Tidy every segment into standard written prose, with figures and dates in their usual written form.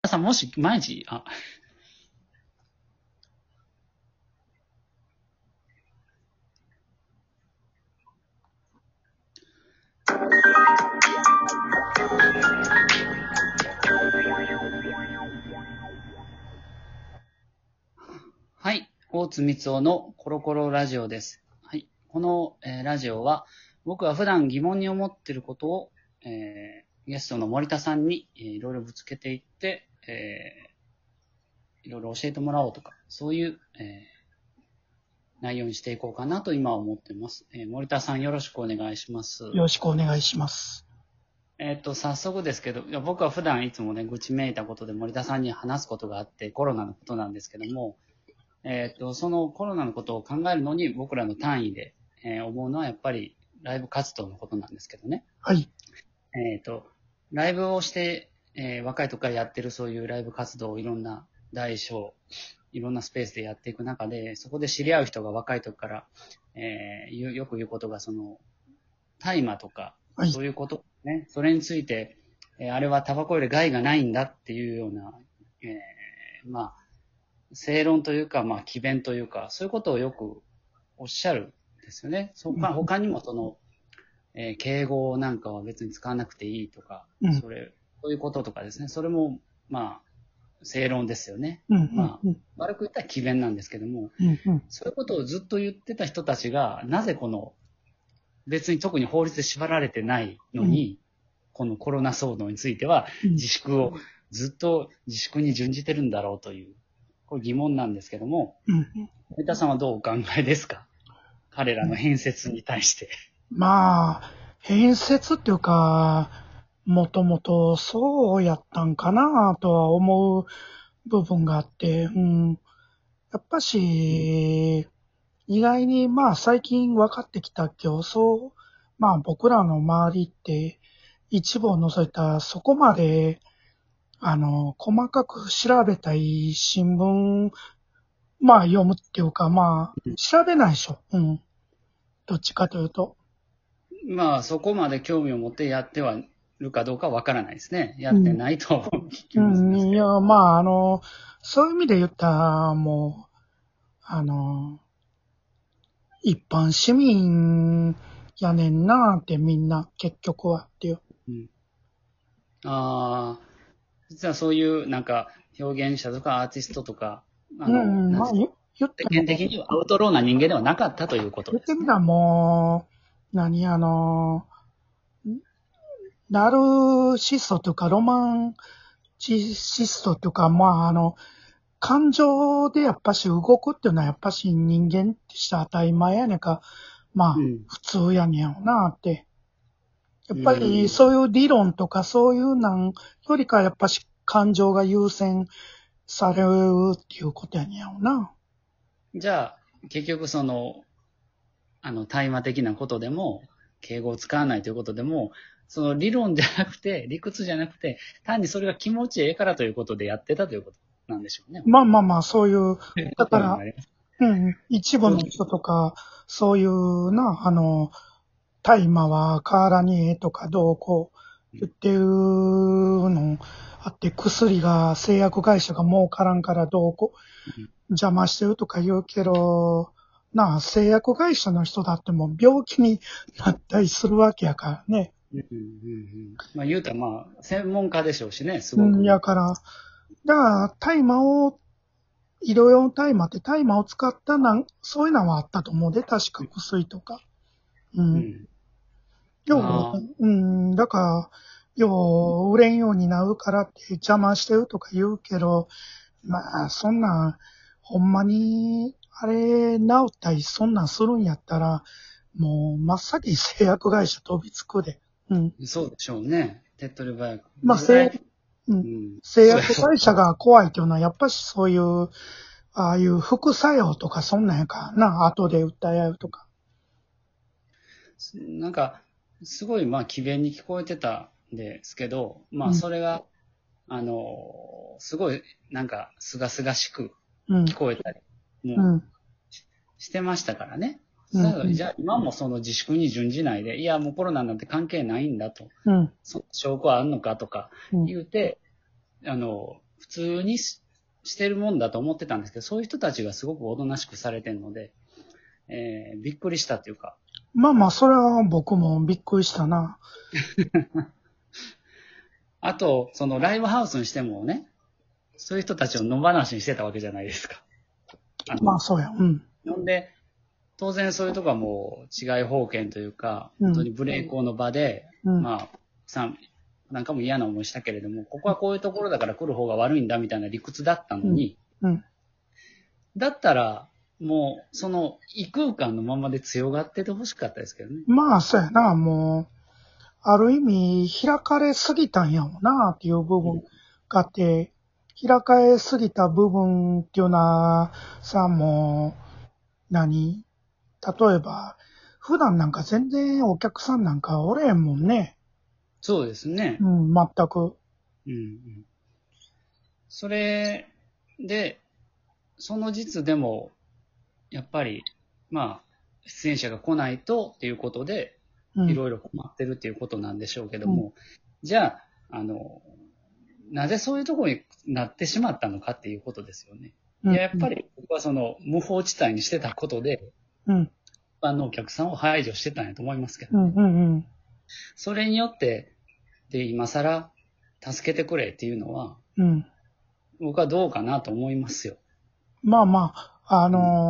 さん、もし、毎日、はい。大津光雄のコロコロラジオです。はい。この、ラジオは、僕は普段疑問に思っていることを、ゲストの森田さんに、いろいろぶつけていって、いろいろ教えてもらおうとか、そういう、内容にしていこうかなと今は思っています。森田さん、よろしくお願いします。 よろしくお願いします。 早速ですけど、僕は普段いつもね、愚痴めいたことで森田さんに話すことがあって、コロナのことなんですけども、そのコロナのことを考えるのに僕らの単位で、思うのはやっぱりライブ活動のことなんですけどね。 はい。 ライブをして、若い時からやってるそういうライブ活動をいろんな大小、いろんなスペースでやっていく中で、そこで知り合う人が若い時から、よく言うことが、大麻とか、 はい。 そういうことね、それについて、あれはタバコより害がないんだっていうような、まあ、正論というか、まあ、詭弁というか、そういうことをよくおっしゃるんですよね。他にも敬語なんかは別に使わなくていいとか、 うん。 そういうこととかですね。それも、まあ、正論ですよね。 うん。うん。 まあ、 うん。 悪く言ったら詭弁なんですけども、 うん。うん。 そういうことをずっと言ってた人たちが、なぜ別に特に法律で縛られてないのうん。 に、このコロナ騒動についてはうん。 ずっと自粛に準じてるんだろうという、これ疑問なんですけども、 うん。 森田さんはどうお考えですか？彼らの変説に対して。 まあ、変説っていうか、もともとそうやったんかなとは思う部分があって、うん。やっぱし、意外にまあ最近分かってきた競争、まあ僕らの周りって一部を除いたそこまで細かく調べたい新聞まあ読むっていうか、まあ、調べないでしょ。うん。どっちかというと。 まあ、そこまで興味を持ってやってはいるかどうかわからないですね。やうん。 ってないと聞きうますん。いや、 けど。 まあ、そういう意味で言ったら、もう、一般市民やねんなってみんな、結局はっていう。 うん、ああ、実はそういうなんか表現者とかアーティストとか、 うん。まあ、 なんて世言っても、 間的にはアウトローな人間ではなかったということですね。 言ってみたらもう、ナルシストというか、ロマンチシストというか、まあ、感情でやっぱし動くっていうのはやっぱし人間ってしたら当たり前やねんか、まあ、 うん。 普通やねんやろなって。やっうぱりん。 そういう理論とかそういうなんよりかやっぱし感情が優先されるっていうことやねんやろな。 じゃあ、結局大麻的なことでも、敬語を使わないということでも、その理論じゃなくて、理屈じゃなくて、単にそれが気持ちいいからということでやってたということなんでしょうね。 まあまあまあ、そういう、 ということだから、 になります。 うん、一部の人とか、そういうな、大麻は体にええとかどうこう言ってるのあって、薬が製薬会社が儲からんからどうこうんう邪魔してるとか言うけど、なあ、製薬会社の人だってもう病気になったりするわけやからね。 まあ言うたらまあ、専門家でしょうしね、すうん、 ごく。 やから、だから大麻を、医療用大麻って大麻を使ったそういうのはあったと思うで、確か薬とか。うん。 うん。 要、 ああ、 うん、だから、要、売れんようになるからって邪魔してるとか言うけど、まあ、そんなん、ほんまに、あれ、治ったり、そんなんするんやったら、もう、真っ先に製薬会社飛びつくで。うん。 そうでしょうね。手っ取り早く。 まあ、 実際、 うん。 うん。 製そうやろ薬会社が怖いっていうのは、やっぱしそういう、ああいう副作用とかそんなんやからな、後で訴え合うとか。 なんか、すごい、まあ、詭弁に聞こえてたんですけど、まあ、 うん、 それが、すごい、なんか、すがすがしくうん、 聞こえたりもうん、 してましたからね。 うん、うん、 じゃあ、今もその自粛に準じないで、いや、もうコロナなんて関係ないんだと、 うん、 その証拠はあるのかとかうん、 言うて、 普通にしてるもんだと思ってたんですけど、そういう人たちがすごくおとなしくされてるので、びっくりしたっていうか。 まあまあ、それは僕もびっくりしたな。 あと、そのライブハウスにしてもね、そういう人たちを野放しにしてたわけじゃないですか。 まあ、そうや。うん。 なんで、当然そういうとこはもう違い保険というか、 うん本当に無礼講の場で、 うんまあ、なんかも嫌な思いしたけれども、ここはこういうところだから来る方が悪いんだみたいな理屈だったのに、 うん。 だったら、もう、その異空間のままで強がっててほしかったですけどね。 まあ、そうやな。もう、ある意味、開かれすぎたんやろな、っていう部分があって、開かれすぎた部分っていうのは、さ、もう、例えば、普段なんか全然お客さんなんかおれへんもんね。 そうですね。 うん、全く。 うんうん。それで、その実でも、やっぱり、まあ、出演者が来ないとっていうことで、 うん。 いろいろ困ってるっていうことなんでしょうけども、じゃあ、なぜそういうところになってしまったのかっていうことですよね。いや、やっぱり僕はその無法地帯にしてたことで、 うん。 一般のお客さんを排除してたんやと思いますけど、 うん。うん。うん。 それによって、で、今更助けてくれっていうのは、 うん。 僕はどうかなと思いますよ。 まあまあ、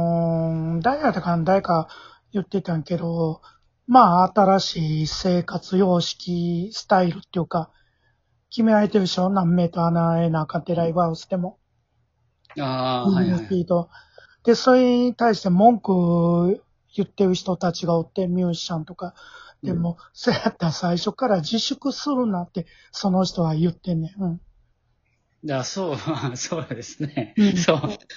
誰か言ってたんけど、まあ、新しい生活様式、スタイルっていうか、決められてるでしょ？何メートル穴へなあかんってライブハウスでも。 ああ、はいはいはい。 で、それに対して文句言ってる人たちがおって、ミュージシャンとか。でも、そうやったら最初から自粛するなって、その人は言ってんねん。うん。 そう、そうですね。 うんそう、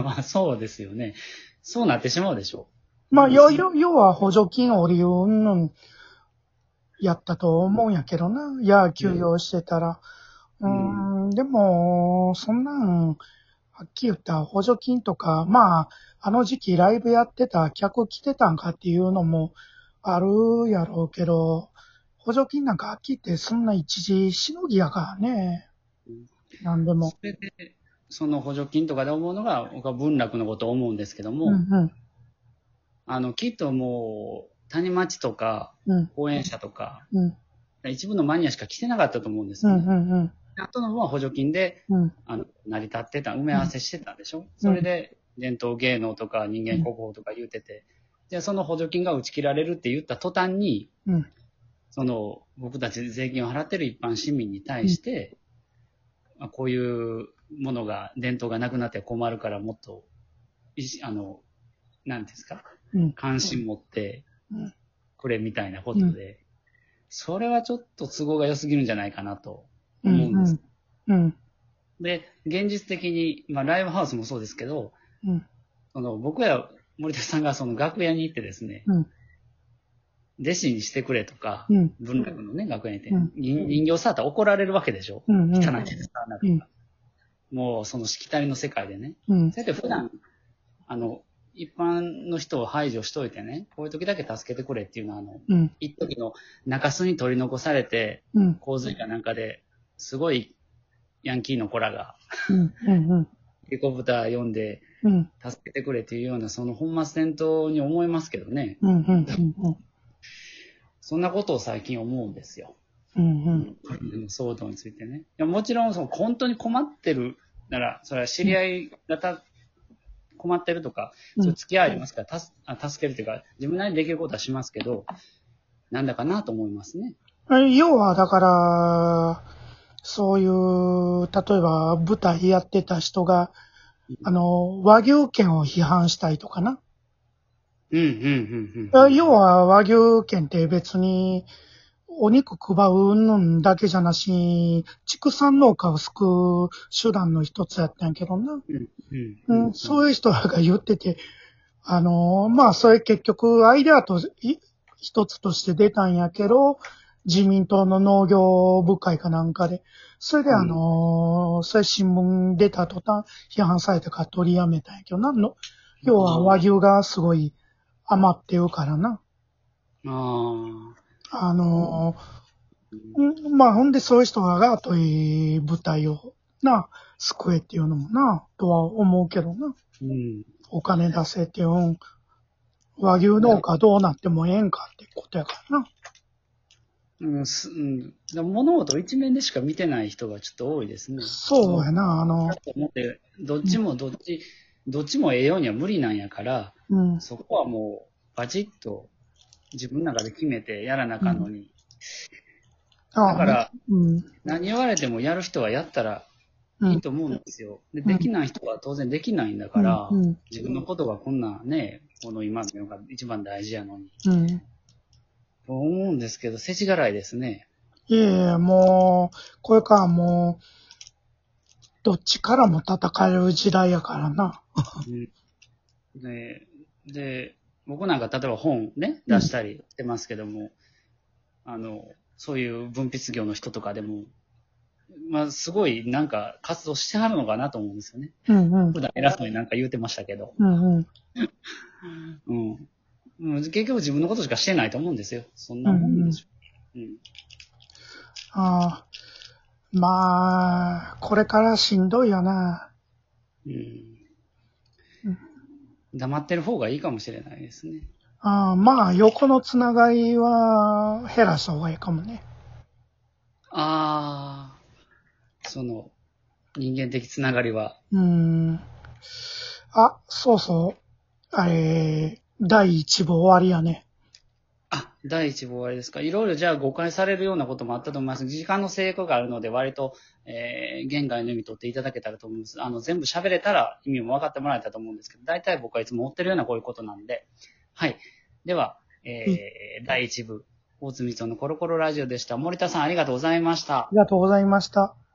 まあそうですよね。そうなってしまうでしょまあ、要は補助金を利用のやったと思うんやけどな。いや、休養してたら。でも、そんなん、はっきり言ったら補助金とか、まあ、あの時期ライブやってた客来てたんかっていうのもあるやろうけど、補助金なんかはっきり言ってそんな一時しのぎやからね。なんでも。 それで、その補助金とかで思うのが、僕は文楽のことを思うんですけどうんも、 うん。 きっともう、谷町とか、 うん講演者とか、 うん。 一部のマニアしか来てなかったと思うんですうんよね。 うんあとの分は補助金で、 うん。 成り立ってた、埋め合わせしてたんでしょ、それで、伝統芸能とか人間国宝とか言うてて、じゃあその補助金が打ち切られるって言った途端に、 うん。 僕たち税金を払ってる一般市民に対して、こういうものが、伝統がなくなって困るからもっと、なんですか、 うん。 関心持ってうんくれみたいなことで、それはちょっと都合が良すぎるんじゃないかなと思うんです。 うん。 で、現実的に、まあライブハウスもそうですけど、 うん。 僕や森田さんがその楽屋に行ってですね、 うん。 弟子にしてくれとか、 うん。 文楽のね、学園に行って、 うん人形触ったら怒られるわけでしょ、 うん。 汚いですかなんか、 うん。 もうそのしきたりの世界でね。 うん。 そうやって普段、一般の人を排除しといてね、こういう時だけ助けてくれっていうのは、 うん。 一時の中州に取り残されて、 うん。 洪水かなんかで、すごいヤンキーの子らが、 うん。うん。 ヘコブター読んで、 うん。 助けてくれっていうような、その本末転倒に思いますけどね。 うん。うん。うん。 そんなことを最近思うんですよ。 うん。 騒動についてね。いやもちろん、本当に困ってるなら、それは知り合いが困ってるとか、そういう付き合いありますから、助けるというか、自分なりにできることはしますけど、なんだかなと思いますね。 要は、だから、そういう、例えば舞台やってた人が、和牛券を批判したいとかな。要は和牛券って別にお肉配うのだけじゃなし、畜産農家を救う手段の一つやったんやけどな。そういう人らが言ってて、まあそれ結局アイデアと一つとして出たんやけど、自民党の農業部会かなんかで、それでそれ新聞出た途端批判されたから取りやめたんやけどな。要は和牛がすごい余ってるからな。まあほんでそういう人がという舞台を救えっていうのもな、とは思うけどな。 うん。 お金出せっていう、和牛農家どうなってもええんかってことやからな。 物事を一面でしか見てない人がちょっと多いですね。 そうやな、 だと思って、どっちもええようには無理なんやから、 うん。 そこはもう、バチッと自分の中で決めてやらなあかんのに。だから、何言われてもやる人はやったらいいと思うんですよ。できない人は当然できないんだから、自分のことがこんなね、この今の世が一番大事やのに。と思うんですけど、世知辛いですね。 いえいえ、もう、これからもう、どっちからも戦える時代やからな。 で、僕なんか例えば本ね、出したりしてますけども、そういう文筆業の人とかでも、まあ、すごいなんか活動してはるのかなと思うんですよね。普段偉そうになんか言うてましたけど。結局自分のことしかしてないと思うんですよ。そんなもんでしょ。 まあ、これからしんどいよな。 黙ってる方がいいかもしれないですね。 まあ、横のつながりは減らした方がいいかもね。 その、人間的つながりは。 そうそう。第一部終わりやね。 第一部終わりですか。いろいろじゃあ誤解されるようなこともあったと思います。時間の制約があるので、割と、言外の意味取っていただけたらと思うんです。全部喋れたら意味も分かってもらえたと思うんですけど、大体僕はいつも追ってるようなこういうことなんで。はい。では、第一部、大津光雄のコロコロラジオでした。森田さんありがとうございました。 ありがとうございました。